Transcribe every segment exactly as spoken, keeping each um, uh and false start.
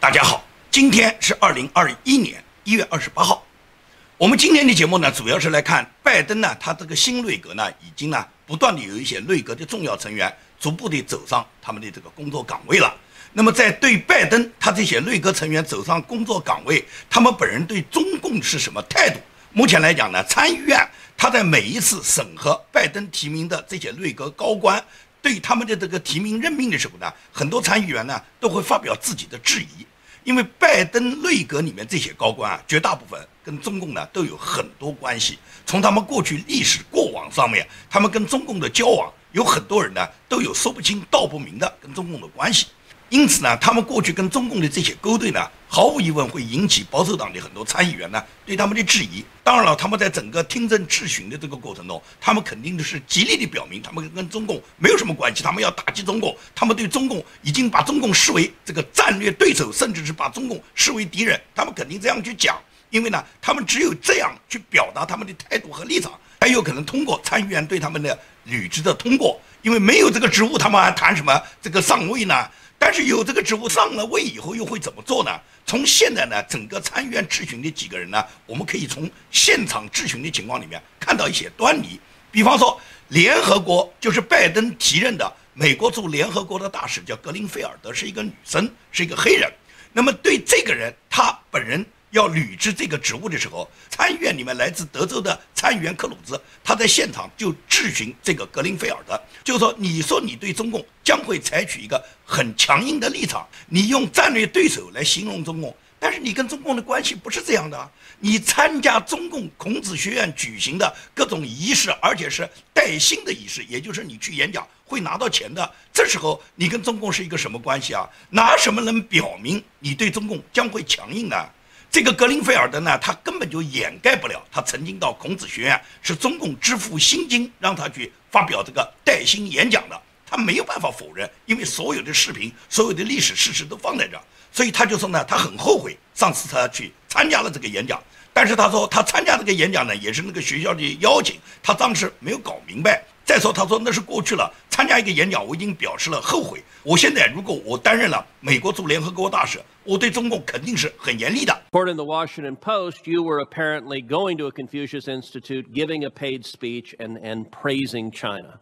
大家好，今天是二零二一年一月二十八号。我们今天的节目呢，主要是来看拜登呢，他这个新内阁呢，已经呢不断的有一些内阁的重要成员逐步的走上他们的这个工作岗位了。那么在对拜登他这些内阁成员走上工作岗位，他们本人对中共是什么态度？目前来讲呢，参议院他在每一次审核拜登提名的这些内阁高官对他们的这个提名任命的时候呢，很多参议员呢都会发表自己的质疑。因为拜登内阁里面这些高官啊，绝大部分跟中共呢都有很多关系。从他们过去历史过往上面，他们跟中共的交往，有很多人呢都有说不清道不明的跟中共的关系。因此呢，他们过去跟中共的这些勾兑呢，毫无疑问会引起保守党的很多参议员呢对他们的质疑。当然了，他们在整个听证质询的这个过程中，他们肯定的是极力的表明他们跟中共没有什么关系，他们要打击中共，他们对中共已经把中共视为这个战略对手，甚至是把中共视为敌人，他们肯定这样去讲。因为呢，他们只有这样去表达他们的态度和立场，才有可能通过参议院对他们的履职的通过。因为没有这个职务，他们还谈什么这个上位呢？但是有这个职务上了位以后又会怎么做呢？从现在呢整个参议院质询的几个人呢，我们可以从现场质询的情况里面看到一些端倪。比方说联合国就是拜登提任的美国驻联合国的大使叫格林菲尔德，是一个女生，是一个黑人。那么对这个人他本人要履职这个职务的时候，参议院里面来自德州的参议员克鲁兹，他在现场就质询这个格林菲尔德，就是说，你说你对中共将会采取一个很强硬的立场，你用战略对手来形容中共，但是你跟中共的关系不是这样的，你参加中共孔子学院举行的各种仪式，而且是带薪的仪式，也就是你去演讲会拿到钱的，这时候你跟中共是一个什么关系啊？拿什么能表明你对中共将会强硬呢？这个格林菲尔德呢，他根本就掩盖不了，他曾经到孔子学院是中共支付薪金让他去发表这个带薪演讲的，他没有办法否认，因为所有的视频、所有的历史事实都放在这儿，所以他就说呢，他很后悔上次他去参加了这个演讲，但是他说他参加这个演讲呢，也是那个学校的邀请，他当时没有搞明白。再说他说那是过去了，参加一个演讲我已经表示了后悔，我现在如果我担任了美国驻联合国大使，我对中共肯定是很严厉的。 According to the Washington Post, you were apparently going to a Confucius Institute, giving a paid speech and, and praising China.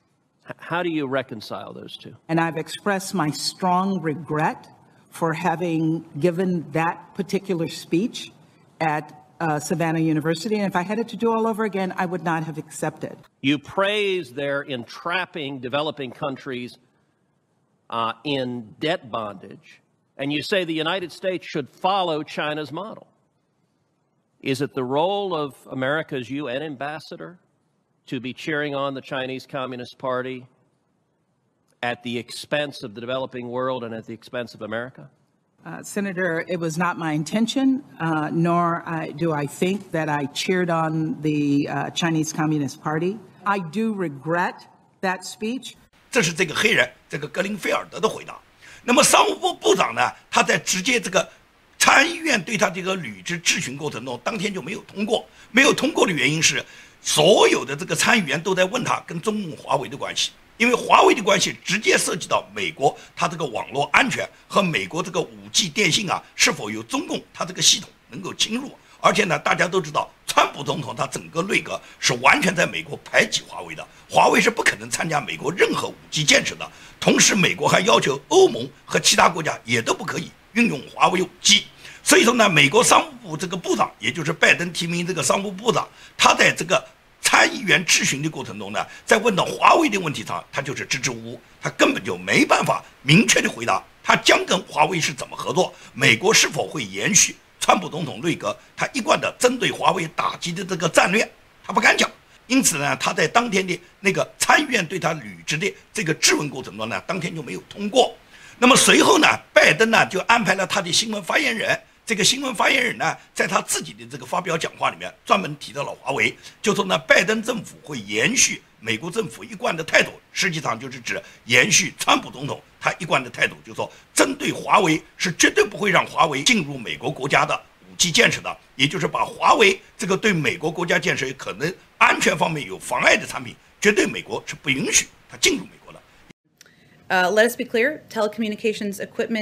How do you reconcile those two? And I've expressed my strong regret for having given that particular speech at Uh, Savannah University, and if I had it to do all over again, I would not have accepted. You praise their entrapping developing countries uh, in debt bondage, and you say the United States should follow China's model. Is it the role of America's U N ambassador to be cheering on the Chinese Communist Party at the expense of the developing world and at the expense of America? Uh, Senator, it was not my intention, uh, nor I, do I think that I cheered on the uh, Chinese Communist Party. I do regret that speech. 这是这个黑人，这个格林菲尔德的回答。那么商务部部长呢，他在直接这个参议院对他这个履职质询过程中，当天就没有通过。没有通过的原因是，所有的这个参议员都在问他跟中共华为的关系。因为华为的关系直接涉及到美国它这个网络安全和美国这个 五 G 电信啊是否有中共它这个系统能够侵入，而且呢大家都知道川普总统他整个内阁是完全在美国排挤华为的，华为是不可能参加美国任何 五 G 建设的，同时美国还要求欧盟和其他国家也都不可以运用华为 五 G。 所以说呢，美国商务部这个部长，也就是拜登提名这个商务部长，他在这个参议员质询的过程中呢，在问到华为的问题上，他就是支支吾吾，他根本就没办法明确的回答，他将跟华为是怎么合作，美国是否会延续川普总统内阁他一贯的针对华为打击的这个战略，他不敢讲。因此呢，他在当天的那个参议院对他履职的这个质问过程中呢，当天就没有通过。那么随后呢，拜登呢就安排了他的新闻发言人。这个新闻发言人呢，在他自己的这个发表讲话里面，专门提到了华为，就说呢，拜登政府会延续美国政府一贯的态度，实际上就是指延续川普总统他一贯的态度，就是说针对华为是绝对不会让华为进入美国国家的 五 G 建设的，也就是把华为这个对美国国家建设可能安全方面有妨碍的产品，绝对美国是不允许它进入美国的。 Uh, let us be clear, telecommunications equipment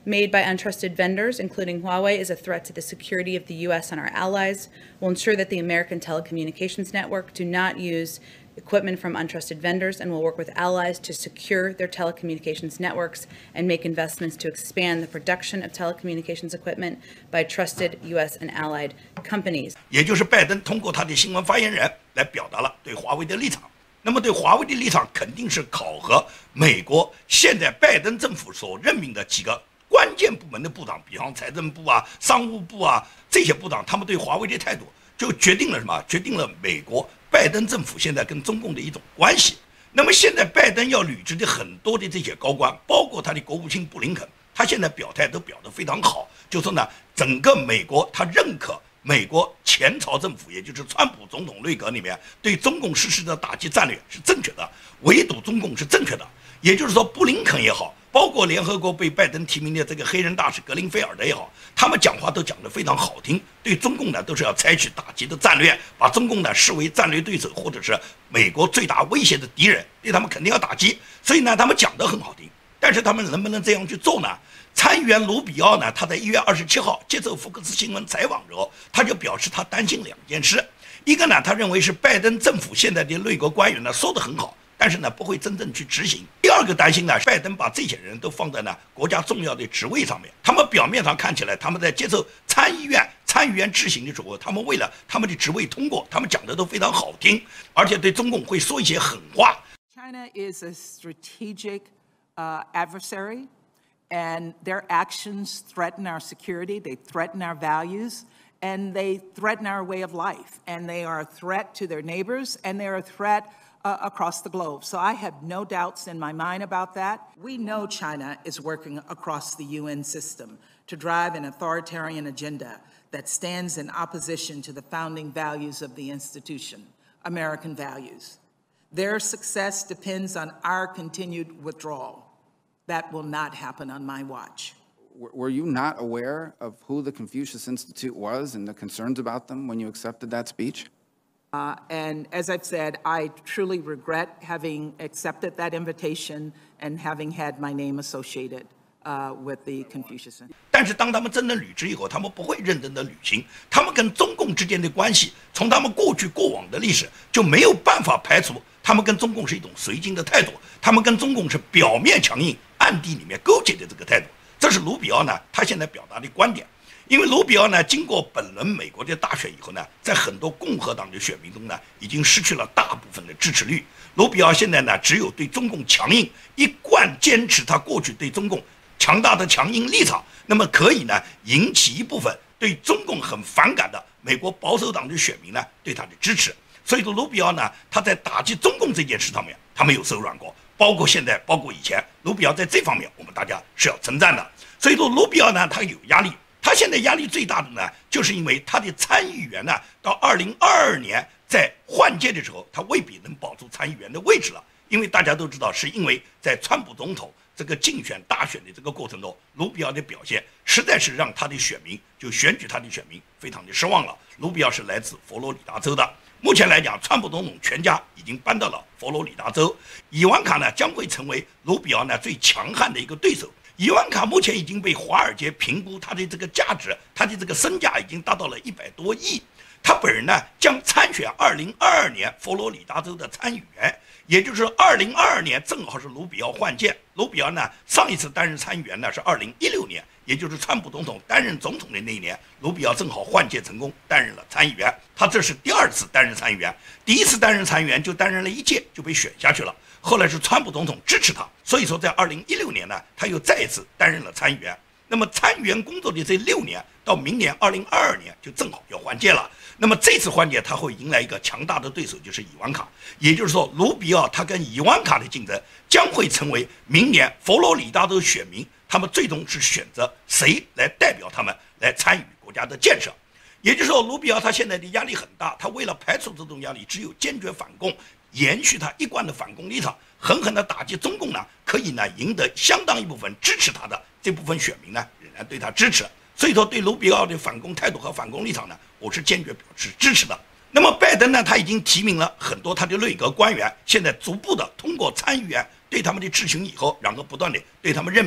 made by untrusted vendors, including Huawei, is a threat to the security of the U S and our allies. We'll ensure that the American telecommunications network do not use equipment from untrusted vendors, and will work with allies to secure their telecommunications networks and make investments to expand the production of telecommunications equipment by trusted U S and allied companies. 也就是拜登通过他的新闻发言人来表达了对华为的立场。那么对华为的立场肯定是考核美国现在拜登政府所任命的几个关键部门的部长，比方财政部啊、商务部啊这些部长，他们对华为的态度就决定了什么？决定了美国拜登政府现在跟中共的一种关系。那么现在拜登要履职的很多的这些高官，包括他的国务卿布林肯，他现在表态都表得非常好，就说呢，整个美国他认可美国前朝政府，也就是川普总统内阁里面对中共实施的打击战略是正确的，围堵中共是正确的。也就是说，布林肯也好，包括联合国被拜登提名的这个黑人大使格林菲尔德也好，他们讲话都讲得非常好听，对中共呢都是要采取打击的战略，把中共呢视为战略对手或者是美国最大威胁的敌人，对他们肯定要打击。所以呢，他们讲得很好听，但是他们能不能这样去做呢？参议员卢比奥呢，他在一月二十七号接受福克斯新闻采访的时候，他就表示他担心两件事，一个呢，他认为是拜登政府现在的内阁官员呢说得很好，但是呢不会真正去执行。第二个担心呢，拜登把这些人都放在呢国家重要的职位上面，他们表面上看起来他们在接受参议院参议员执行的时候，他们为了他们的职位通过，他们讲的都非常好听，而且对中共会说一些狠话。 China is a strategic uh, adversary, and their actions threaten our security, they threaten our values, and they threaten our way of life. And they are a threat to their neighbors, and they're a threat uh, across the globe. So I have no doubts in my mind about that. We know China is working across the U N system to drive an authoritarian agenda that stands in opposition to the founding values of the institution, American values. Their success depends on our continued withdrawal. That will not happen on my watch. Were you not aware of who the Confucius Institute was and the concerns about them when you accepted that speech? Uh, and as I've said, I truly regret having accepted that invitation and having had my name associated uh, with the Confucius Institute. 但是当他们真正履职以后，他们不会认真的履行，他们跟中共之间的关系，从他们过去过往的历史就没有办法排除他们跟中共是一种绥靖的态度，他们跟中共是表面强硬，暗地里面勾结的这个态度。这是卢比奥呢他现在表达的观点。因为卢比奥呢经过本轮美国的大选以后呢，在很多共和党的选民中呢已经失去了大部分的支持率。卢比奥现在呢只有对中共强硬，一贯坚持他过去对中共强大的强硬立场，那么可以呢引起一部分对中共很反感的美国保守党的选民呢对他的支持。所以说卢比奥呢他在打击中共这件事上面他没有手软过，包括现在包括以前，卢比奥在这方面我们大家是要称赞的。所以说卢比奥呢他有压力，他现在压力最大的呢就是因为他的参议员呢到二零二二年在换届的时候他未必能保住参议员的位置了，因为大家都知道是因为在川普总统这个竞选大选的这个过程中，卢比奥的表现实在是让他的选民就选举他的选民非常的失望了。卢比奥是来自佛罗里达州的，目前来讲，川普总统全家已经搬到了佛罗里达州，伊万卡呢将会成为卢比奥呢最强悍的一个对手。伊万卡目前已经被华尔街评估他的这个价值，他的这个身价已经达到了一百多亿。他本人呢将参选二零二二年佛罗里达州的参议员，也就是二零二二年正好是卢比奥换届。卢比奥呢上一次担任参议员呢是二零一六年，也就是川普总统担任总统的那一年，卢比奥正好换届成功担任了参议员。他这是第二次担任参议员，第一次担任参议员就担任了一届就被选下去了，后来是川普总统支持他，所以说在二零一六年呢他又再一次担任了参议员。那么参议员工作的这六年到明年二零二二年就正好要换届了。那么这次换届他会迎来一个强大的对手，就是伊万卡。也就是说卢比奥他跟伊万卡的竞争将会成为明年佛罗里达州选民他们最终是选择谁来代表他们来参与国家的建设。也就是说卢比奥他现在的压力很大，他为了排除这种压力，只有坚决反攻，延续他一贯的反攻立场，狠狠的打击中共呢，可以呢赢得相当一部分支持他的这部分选民呢仍然对他支持。所以说对卢比奥的反攻态度和反攻立场呢，我是坚决表示支持的。那么拜登呢，他已经提名了很多他的内阁官员，现在逐步的通过参议员对他们的质询以后，然后不断的对他们任命。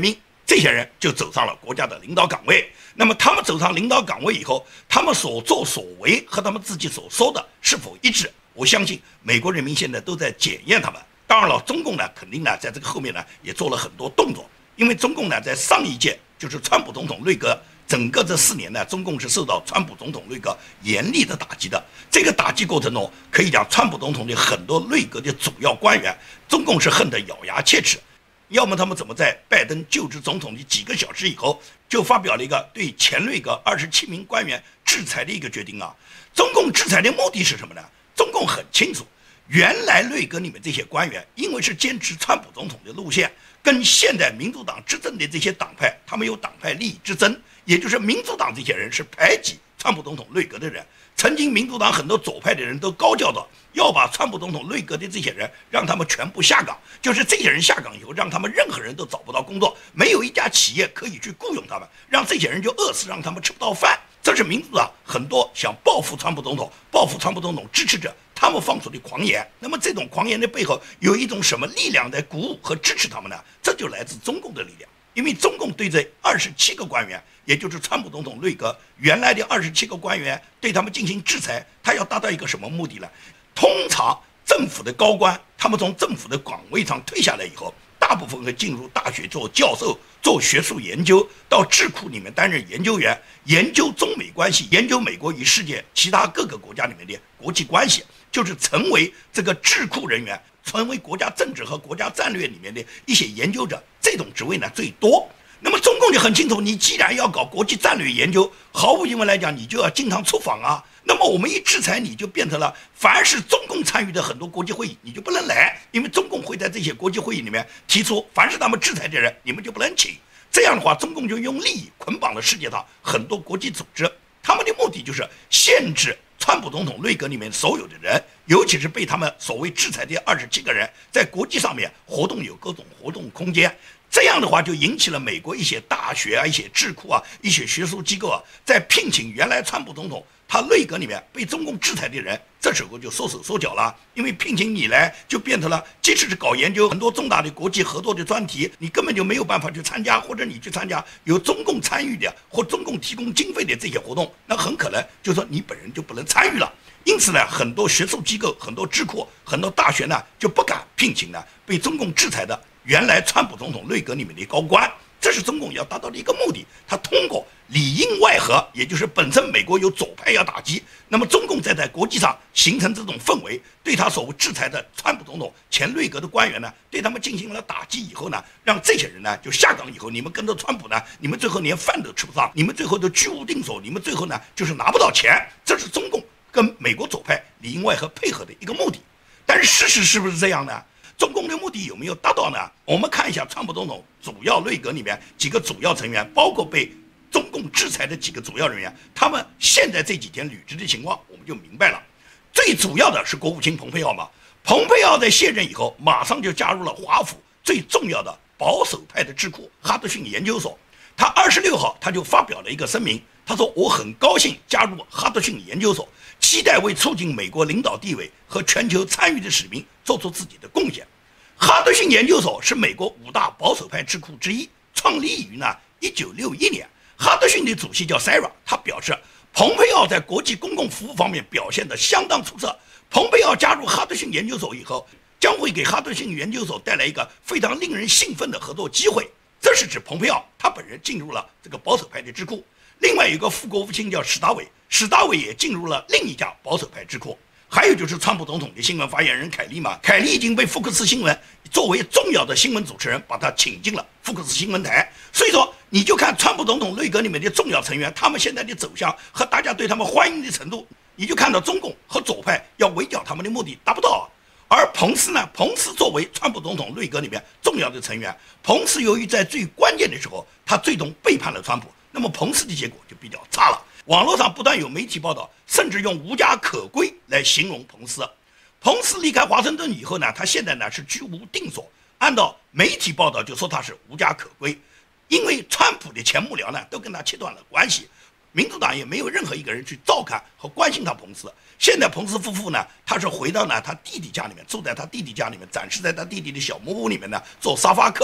这些人就走上了国家的领导岗位。那么他们走上领导岗位以后，他们所作所为和他们自己所说的是否一致？我相信美国人民现在都在检验他们。当然了，中共呢肯定呢在这个后面呢也做了很多动作，因为中共呢在上一届就是川普总统内阁。整个这四年呢，中共是受到川普总统内阁严厉的打击的。这个打击过程中，可以讲川普总统的很多内阁的主要官员，中共是恨得咬牙切齿。要么他们怎么在拜登就职总统的几个小时以后，就发表了一个对前内阁二十七名官员制裁的一个决定啊？中共制裁的目的是什么呢？中共很清楚，原来内阁里面这些官员，因为是坚持川普总统的路线，跟现在民主党执政的这些党派，他们有党派利益之争。也就是民主党这些人是排挤川普总统内阁的人，曾经民主党很多左派的人都高叫道要把川普总统内阁的这些人让他们全部下岗，就是这些人下岗以后，让他们任何人都找不到工作，没有一家企业可以去雇佣他们，让这些人就饿死，让他们吃不到饭。这是民主党很多想报复川普总统、报复川普总统支持者他们放出的狂言。那么这种狂言的背后有一种什么力量在鼓舞和支持他们呢？这就来自中共的力量。因为中共对这二十七个官员，也就是川普总统内阁原来的二十七个官员，对他们进行制裁，他要达到一个什么目的呢？通常政府的高官，他们从政府的岗位上退下来以后，大部分会进入大学做教授，做学术研究，到智库里面担任研究员，研究中美关系，研究美国与世界其他各个国家里面的国际关系，就是成为这个智库人员，成为国家政治和国家战略里面的一些研究者。这种职位呢最多。那么中共就很清楚，你既然要搞国际战略研究，毫无疑问来讲，你就要经常出访啊。那么我们一制裁你，就变成了凡是中共参与的很多国际会议，你就不能来，因为中共会在这些国际会议里面提出，凡是他们制裁的人，你们就不能请。这样的话，中共就用利益捆绑了世界上很多国际组织，他们的目的就是限制川普总统内阁里面所有的人，尤其是被他们所谓制裁的二十七个人，在国际上面活动有各种活动空间。这样的话，就引起了美国一些大学啊、一些智库啊、一些学术机构啊，在聘请原来川普总统他内阁里面被中共制裁的人，这时候就缩手缩脚了。因为聘请你来，就变成了即使是搞研究很多重大的国际合作的专题，你根本就没有办法去参加，或者你去参加有中共参与的或中共提供经费的这些活动，那很可能就说你本人就不能参与了。因此呢，很多学术机构、很多智库、很多大学呢就不敢聘请呢被中共制裁的原来川普总统内阁里面的高官。这是中共要达到的一个目的，他通过里应外合，也就是本身美国有左派要打击，那么中共再在国际上形成这种氛围，对他所谓制裁的川普总统前内阁的官员呢，对他们进行了打击以后呢，让这些人呢就下岗以后，你们跟着川普呢，你们最后连饭都吃不上，你们最后都居无定所，你们最后呢就是拿不到钱。这是中共跟美国左派里应外合配合的一个目的。但是事实是不是这样呢？中共的目的有没有达到呢？我们看一下川普总统主要内阁里面几个主要成员，包括被中共制裁的几个主要人员，他们现在这几天履职的情况，我们就明白了。最主要的是国务卿蓬佩奥嘛，蓬佩奥在卸任以后，马上就加入了华府最重要的保守派的智库哈德逊研究所。他二十六号他就发表了一个声明，他说我很高兴加入哈德逊研究所，期待为促进美国领导地位和全球参与的使命做出自己的贡献。哈德逊研究所是美国五大保守派智库之一，创立于呢一九六一年。哈德逊的主席叫 Sarah， 他表示蓬佩奥在国际公共服务方面表现得相当出色。蓬佩奥加入哈德逊研究所以后，将会给哈德逊研究所带来一个非常令人兴奋的合作机会。这是指蓬佩奥他本人进入了这个保守派的智库。另外有一个副国务卿叫史达伟，史达伟也进入了另一家保守派智库。还有就是川普总统的新闻发言人凯利嘛，凯利已经被福克斯新闻作为重要的新闻主持人，把他请进了福克斯新闻台。所以说，你就看川普总统内阁里面的重要成员，他们现在的走向和大家对他们欢迎的程度，你就看到中共和左派要围剿他们的目的达不到。而彭斯呢，彭斯作为川普总统内阁里面重要的成员，彭斯由于在最关键的时候，他最终背叛了川普，那么彭斯的结果就比较差了。网络上不断有媒体报道，甚至用无家可归来形容彭斯。彭斯离开华盛顿以后呢，他现在呢是居无定所。按照媒体报道就说他是无家可归，因为川普的前幕僚呢都跟他切断了关系，民主党也没有任何一个人去照看和关心他彭斯。现在彭斯夫妇呢，他是回到呢他弟弟家里面，住在他弟弟家里面，暂时在他弟弟的小木屋里面呢做沙发客。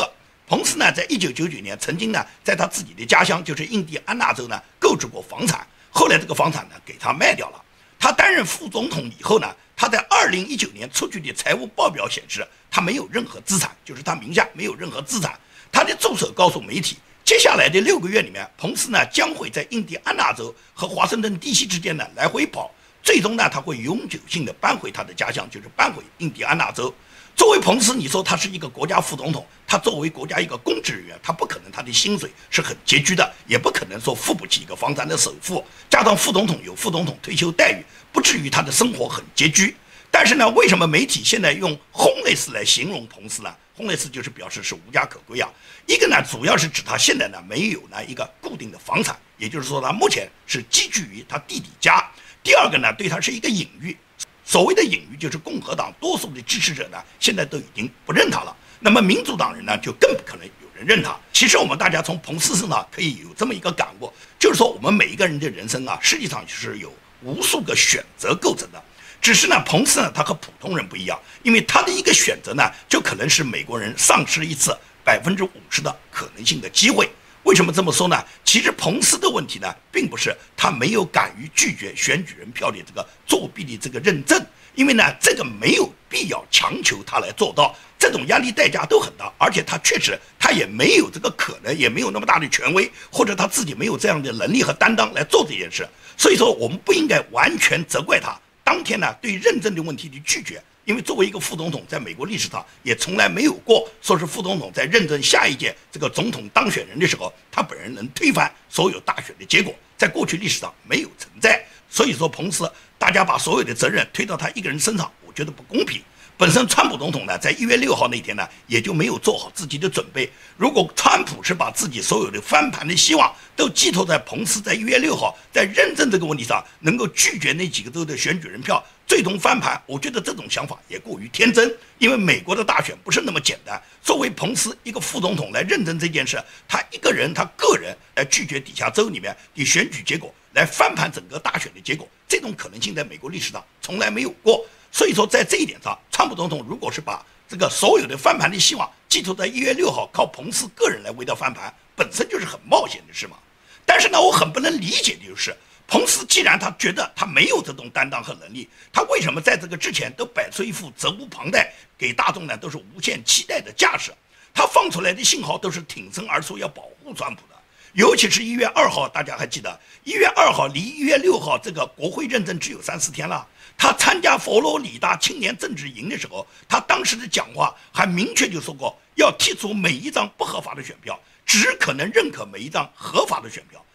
彭斯呢，在一九九九年曾经呢，在他自己的家乡就是印第安纳州呢购置过房产，后来这个房产呢给他卖掉了。他担任副总统以后呢，他在二零一九年出具的财务报表显示，他没有任何资产，就是他名下没有任何资产。他的助手告诉媒体，接下来的六个月里面，彭斯呢将会在印第安纳州和华盛顿 D C 之间呢来回跑，最终呢他会永久性的搬回他的家乡，就是搬回印第安纳州。作为彭斯，你说他是一个国家副总统，他作为国家一个公职人员，他不可能他的薪水是很拮据的，也不可能说付不起一个房产的首付，加上副总统有副总统退休待遇，不至于他的生活很拮据。但是呢，为什么媒体现在用 homeless 来形容彭斯呢？ homeless 就是表示是无家可归啊。一个呢，主要是指他现在呢没有呢一个固定的房产，也就是说他目前是寄居于他弟弟家。第二个呢，对他是一个隐喻。所谓的隐喻，就是共和党多数的支持者呢，现在都已经不认他了。那么民主党人呢，就更不可能有人认他。其实我们大家从彭斯身上可以有这么一个感悟，就是说我们每一个人的人生啊，实际上就是由无数个选择构成的。只是呢，彭斯呢，他和普通人不一样，因为他的一个选择呢，就可能使美国人丧失一次百分之五十的可能性的机会。为什么这么说呢？其实彭斯的问题呢，并不是他没有敢于拒绝选举人票的这个作弊的这个认证，因为呢，这个没有必要强求他来做到，这种压力代价都很大，而且他确实他也没有这个可能，也没有那么大的权威，或者他自己没有这样的能力和担当来做这件事。所以说，我们不应该完全责怪他当天呢对认证的问题的拒绝。因为作为一个副总统，在美国历史上也从来没有过说是副总统在认证下一届这个总统当选人的时候，他本人能推翻所有大选的结果，在过去历史上没有存在。所以说，彭斯大家把所有的责任推到他一个人身上，我觉得不公平。本身川普总统呢，在一月六号那天呢，也就没有做好自己的准备。如果川普是把自己所有的翻盘的希望都寄托在彭斯在一月六号在认证这个问题上，能够拒绝那几个州的选举人票，最终翻盘，我觉得这种想法也过于天真。因为美国的大选不是那么简单。作为彭斯一个副总统来认证这件事，他一个人，他个人来拒绝底下州里面的选举结果，来翻盘整个大选的结果，这种可能性在美国历史上从来没有过。所以说，在这一点上，川普总统如果是把这个所有的翻盘的希望寄托在一月六号靠彭斯个人来为他翻盘，本身就是很冒险的事嘛。但是呢，我很不能理解的就是，彭斯既然他觉得他没有这种担当和能力，他为什么在这个之前都摆出一副责无旁贷，给大众呢都是无限期待的架势？他放出来的信号都是挺身而出，要保护川普的。尤其是一月二号，大家还记得，一月二号离一月六号这个国会认证只有三四天了。他参加佛罗里达青年政治营的时候，他当时的讲话还明确就说过，要剔除每一张不合法的选票，只可能认可每一张合法的选票。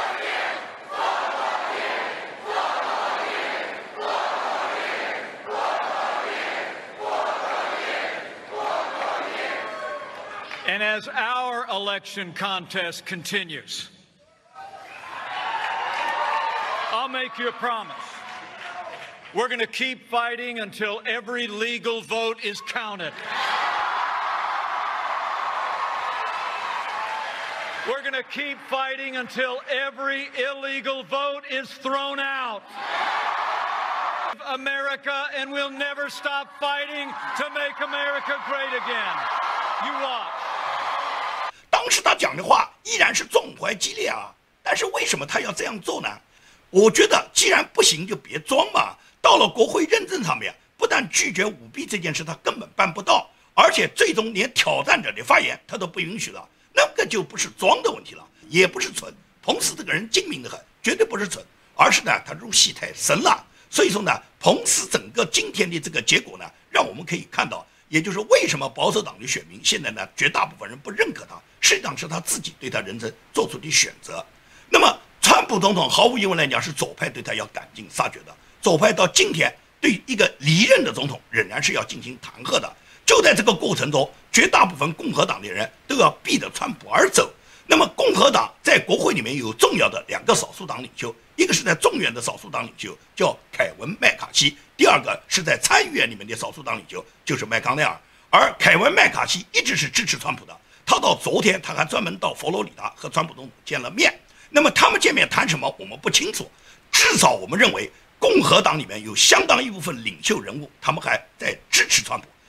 And as our election contest continues, I'll make you a promise. We're going to keep fighting until every legal vote is counted. We're going to keep fighting until every illegal vote is thrown out. America, and we'll never stop fighting to make America great again. You watch. 当时他讲的话依然是壮怀激烈啊，但是为什么他要这样做呢？我觉得既然不行就别装嘛。到了国会认证上面，不但拒绝舞弊这件事他根本办不到，而且最终连挑战者的发言他都不允许了，那个就不是装的问题了，也不是蠢。彭斯这个人精明得很，绝对不是蠢，而是呢他入戏太深了。所以说呢，彭斯整个今天的这个结果呢，让我们可以看到，也就是为什么保守党的选民现在呢绝大部分人不认可他，实际上是他自己对他人生做出的选择。那么川普总统毫无疑问来讲是左派对他要赶尽杀绝的，左派到今天对一个离任的总统仍然是要进行弹劾的。就在这个过程中，绝大部分共和党的人都要避着川普而走。那么共和党在国会里面有重要的两个少数党领袖，一个是在众院的少数党领袖叫凯文·麦卡锡，第二个是在参议院里面的少数党领袖就是麦康奈尔。而凯文·麦卡锡一直是支持川普的，他到昨天他还专门到佛罗里达和川普总统见了面。那么他们见面谈什么我们不清楚，至少我们认为共和党里面有相当一部分领袖人物他们还在支持川普，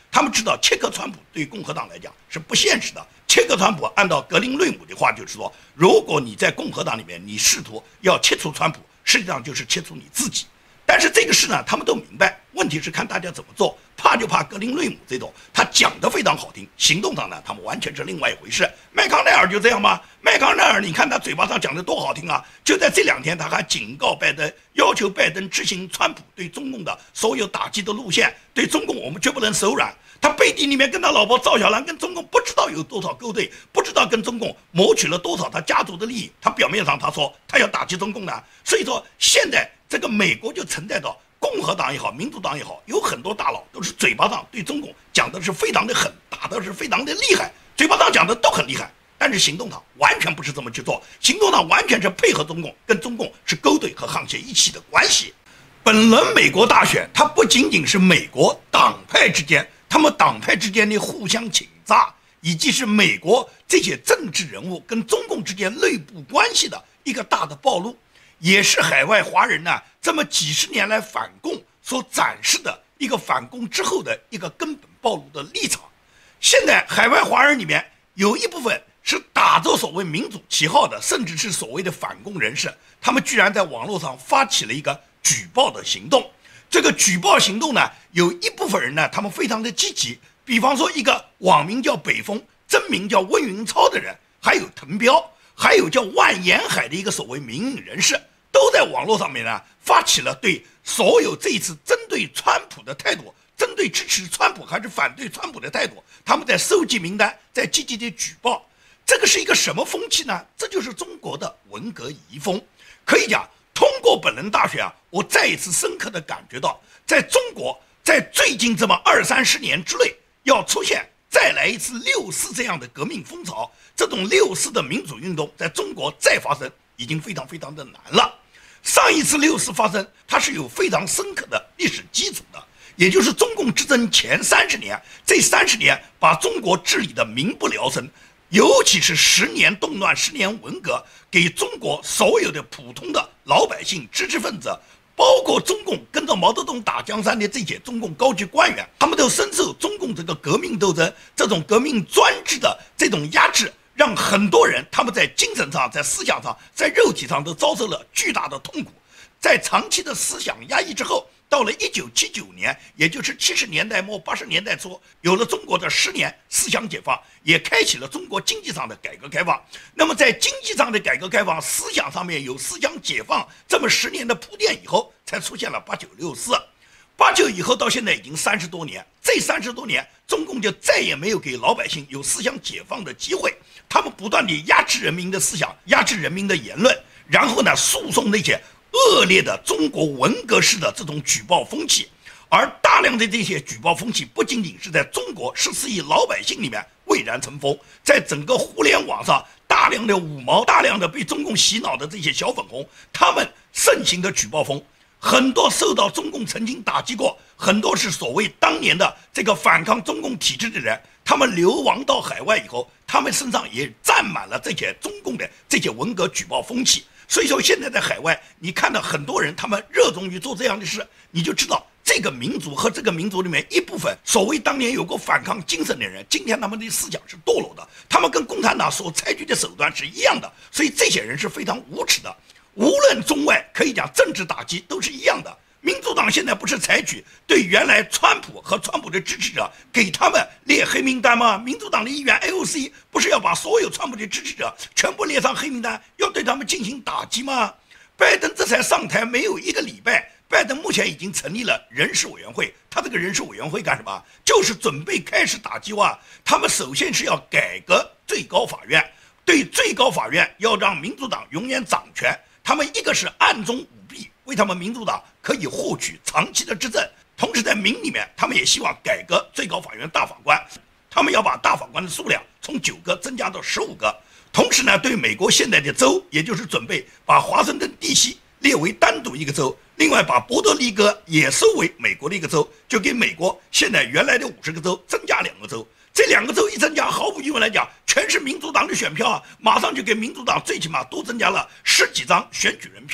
他们知道切割川普对于共和党来讲是不现实的。切割川普，按照格林瑞姆的话就是说，如果你在共和党里面你试图要切除川普，实际上就是切除你自己。但是这个事呢，他们都明白，问题是看大家怎么做。怕就怕格林瑞姆这种，他讲得非常好听，行动上呢，他们完全是另外一回事。麦康奈尔就这样吗？麦康奈尔，你看他嘴巴上讲的多好听啊！就在这两天，他还警告拜登，要求拜登执行川普对中共的所有打击的路线，对中共我们绝不能手软。他背地里面跟他老婆赵小兰跟中共不知道有多少勾兑，不知道跟中共谋取了多少他家族的利益。他表面上他说他要打击中共呢，所以说现在这个美国就存在着。共和党也好，民主党也好，有很多大佬都是嘴巴上对中共讲的是非常的狠，打的是非常的厉害，嘴巴上讲的都很厉害，但是行动上完全不是这么去做，行动上完全是配合中共，跟中共是勾兑和沆瀣一气的关系。本轮美国大选，它不仅仅是美国党派之间，他们党派之间的互相倾轧，以及是美国这些政治人物跟中共之间内部关系的一个大的暴露。也是海外华人呢这么几十年来反共所展示的一个反共之后的一个根本暴露的立场。现在海外华人里面有一部分是打着所谓民主旗号的，甚至是所谓的反共人士，他们居然在网络上发起了一个举报的行动。这个举报行动呢，有一部分人呢，他们非常的积极，比方说一个网名叫北风，真名叫温云超的人，还有滕彪，还有叫万延海的一个所谓民运人士。都在网络上面呢发起了对所有这一次针对川普的态度，针对支持川普还是反对川普的态度，他们在收集名单，在积极的举报。这个是一个什么风气呢？这就是中国的文革遗风。可以讲，通过本轮大选啊，我再一次深刻的感觉到，在中国在最近这么二三十年之内，要出现再来一次六四这样的革命风潮，这种六四的民主运动在中国再发生已经非常非常的难了。上一次六四发生，它是有非常深刻的历史基础的，也就是中共执政前三十年，这三十年把中国治理的民不聊生，尤其是十年动乱、十年文革，给中国所有的普通的老百姓、知识分子，包括中共跟着毛泽东打江山的这些中共高级官员，他们都深受中共这个革命斗争、这种革命专制的这种压制。让很多人他们在精神上、在思想上、在肉体上都遭受了巨大的痛苦。在长期的思想压抑之后，到了一九七九年，也就是七十年代末八十年代初，有了中国的十年思想解放，也开启了中国经济上的改革开放。那么在经济上的改革开放、思想上面有思想解放这么十年的铺垫以后，才出现了八九六四。八九以后到现在已经三十多年，这三十多年中共就再也没有给老百姓有思想解放的机会，他们不断地压制人民的思想，压制人民的言论，然后呢诉讼那些恶劣的中国文革式的这种举报风气。而大量的这些举报风气不仅仅是在中国十四亿老百姓里面蔚然成风，在整个互联网上大量的五毛、大量的被中共洗脑的这些小粉红，他们盛行的举报风，很多受到中共曾经打击过，很多是所谓当年的这个反抗中共体制的人，他们流亡到海外以后，他们身上也沾满了这些中共的这些文革举报风气。所以说现在在海外，你看到很多人他们热衷于做这样的事，你就知道这个民族和这个民族里面一部分所谓当年有过反抗精神的人，今天他们的思想是堕落的，他们跟共产党所采取的手段是一样的，所以这些人是非常无耻的。无论中外，可以讲政治打击都是一样的。民主党现在不是采取对原来川普和川普的支持者给他们列黑名单吗？民主党的议员 A O C 不是要把所有川普的支持者全部列上黑名单，要对他们进行打击吗？拜登这才上台没有一个礼拜，拜登目前已经成立了人事委员会，他这个人事委员会干什么？就是准备开始打击哇！他们首先是要改革最高法院，对最高法院要让民主党永远掌权。他们一个是暗中舞弊，为他们民主党可以获取长期的执政，同时在民里面他们也希望改革最高法院大法官，他们要把大法官的数量从九个增加到十五个。同时呢，对美国现在的州，也就是准备把华盛顿地区列为单独一个州，另外把波多黎各也收为美国的一个州，就给美国现在原来的五十个州增加两个州。这两个州一增加，毫无疑问来讲，全是民主党的选票啊，马上就给民主党最起码多增加了十几张选举人票。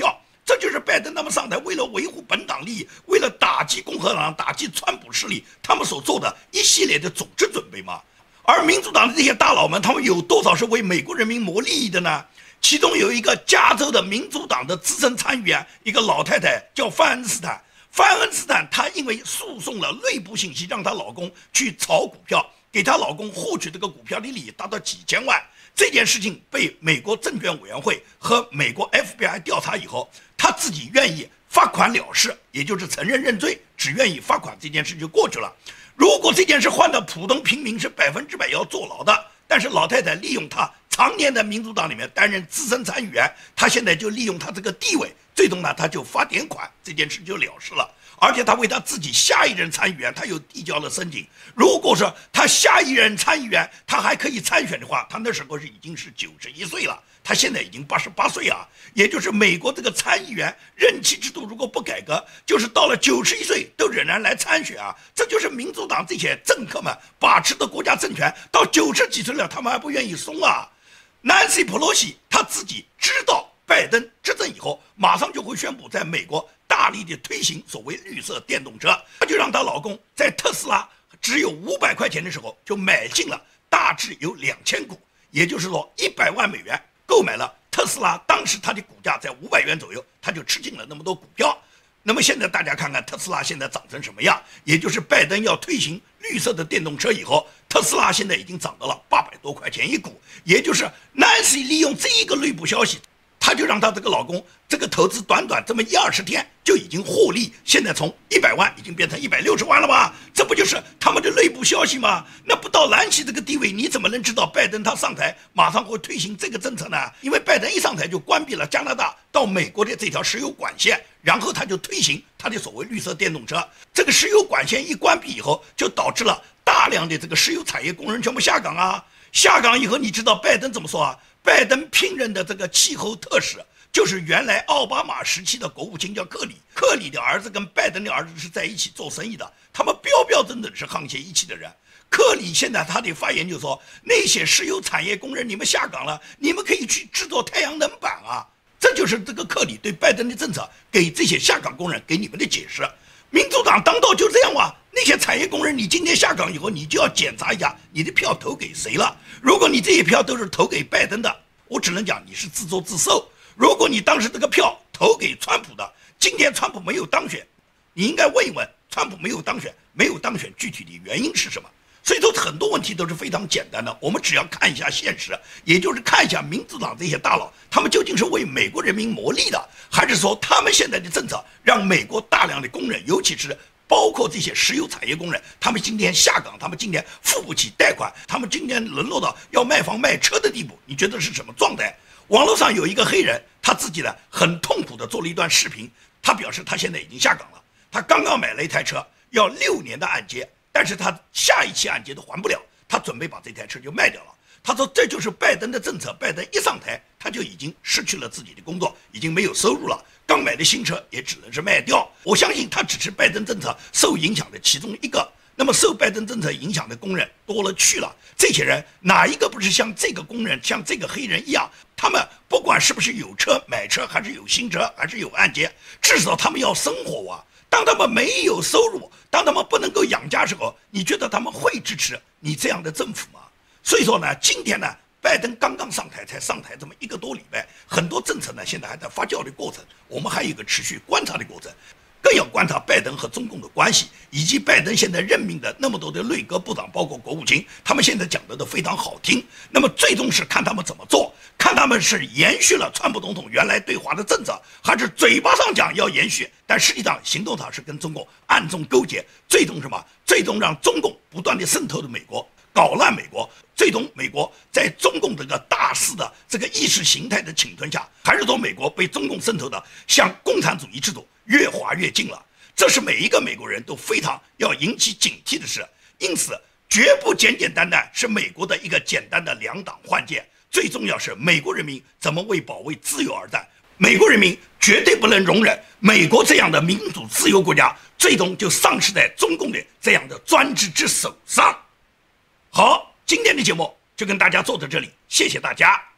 这就是拜登他们上台为了维护本党利益，为了打击共和党、打击川普势力，他们所做的一系列的组织准备吗？而民主党的这些大佬们，他们有多少是为美国人民谋利益的呢？其中有一个加州的民主党的资深参议员，一个老太太叫范恩斯坦。范恩斯坦她因为诉讼了内部信息，让她老公去炒股票，给她老公获取这个股票的利益达到几千万。这件事情被美国证券委员会和美国 F B I 调查以后，她自己愿意罚款了事，也就是承认认罪，只愿意罚款，这件事就过去了。如果这件事换到普通平民，是百分之百要坐牢的。但是老太太利用她常年在民主党里面担任资深参议员，她现在就利用她这个地位，最终呢，她就罚点款，这件事就了事了。而且她为她自己下一任参议员，她又递交了申请。如果说她下一任参议员她还可以参选的话，她那时候是已经是九十一岁了。他现在已经八十八岁啊，也就是美国这个参议员任期制度如果不改革，就是到了九十一岁都仍然来参选啊。这就是民主党这些政客们把持的国家政权，到九十几岁了，他们还不愿意松啊。Nancy Pelosi 他自己知道拜登执政以后，马上就会宣布在美国大力的推行所谓绿色电动车，他就让她老公在特斯拉只有五百块钱的时候就买进了大致有两千股，也就是说一百万美元。购买了特斯拉，当时它的股价在五百元左右，他就吃进了那么多股票。那么现在大家看看特斯拉现在涨成什么样，也就是拜登要推行绿色的电动车以后，特斯拉现在已经涨到了八百多块钱一股，也就是 Nancy 利用这一个内部消息，她就让她这个老公这个投资短短这么一二十天就已经获利，现在从一百万已经变成一百六十万了吧？这不就是他们的内部消息吗？那不到兰奇这个地位，你怎么能知道拜登他上台马上会推行这个政策呢？因为拜登一上台就关闭了加拿大到美国的这条石油管线，然后他就推行他的所谓绿色电动车。这个石油管线一关闭以后，就导致了大量的这个石油产业工人全部下岗啊。下岗以后，你知道拜登怎么说啊？拜登聘任的这个气候特使，就是原来奥巴马时期的国务卿叫克里，克里的儿子跟拜登的儿子是在一起做生意的，他们标标准准是沆瀣一气的人。克里现在他的发言就说，那些石油产业工人你们下岗了，你们可以去制作太阳能板啊。这就是这个克里对拜登的政策给这些下岗工人给你们的解释。民主党当道就这样啊，那些产业工人你今天下岗以后，你就要检查一下你的票投给谁了。如果你这些票都是投给拜登的，我只能讲你是自作自受。如果你当时这个票投给川普的，今天川普没有当选，你应该问一问川普没有当选，没有当选具体的原因是什么？所以说很多问题都是非常简单的，我们只要看一下现实，也就是看一下民主党这些大佬，他们究竟是为美国人民谋利的，还是说他们现在的政策让美国大量的工人，尤其是包括这些石油产业工人，他们今天下岗，他们今天付不起贷款，他们今天沦落到要卖房卖车的地步，你觉得是什么状态？网络上有一个黑人，他自己呢很痛苦的做了一段视频，他表示他现在已经下岗了，他刚刚买了一台车，要六年的按揭，但是他下一期按揭都还不了，他准备把这台车就卖掉了。他说这就是拜登的政策，拜登一上台他就已经失去了自己的工作，已经没有收入了，刚买的新车也只能是卖掉。我相信他只是拜登政策受影响的其中一个，那么受拜登政策影响的工人多了去了，这些人哪一个不是像这个工人像这个黑人一样，他们不管是不是有车买车，还是有新车，还是有按揭，至少他们要生活啊。当他们没有收入，当他们不能够养家时候，你觉得他们会支持你这样的政府吗？所以说呢，今天呢，拜登刚刚上台，才上台这么一个多礼拜，很多政策呢现在还在发酵的过程，我们还有一个持续观察的过程，更要观察拜登和中共的关系，以及拜登现在任命的那么多的内阁部长，包括国务卿，他们现在讲的都非常好听。那么最终是看他们怎么做，看他们是延续了川普总统原来对华的政策，还是嘴巴上讲要延续，但实际上行动上是跟中共暗中勾结，最终什么？最终让中共不断的渗透的美国，搞烂美国，最终美国在中共这个大肆的这个意识形态的侵吞下，还是说美国被中共渗透的向共产主义制度越滑越近了。这是每一个美国人都非常要引起警惕的事。因此绝不简简单单是美国的一个简单的两党换届，最重要是美国人民怎么为保卫自由而战。美国人民绝对不能容忍美国这样的民主自由国家最终就丧失在中共的这样的专制之手上。好，今天的节目就跟大家做到这里，谢谢大家。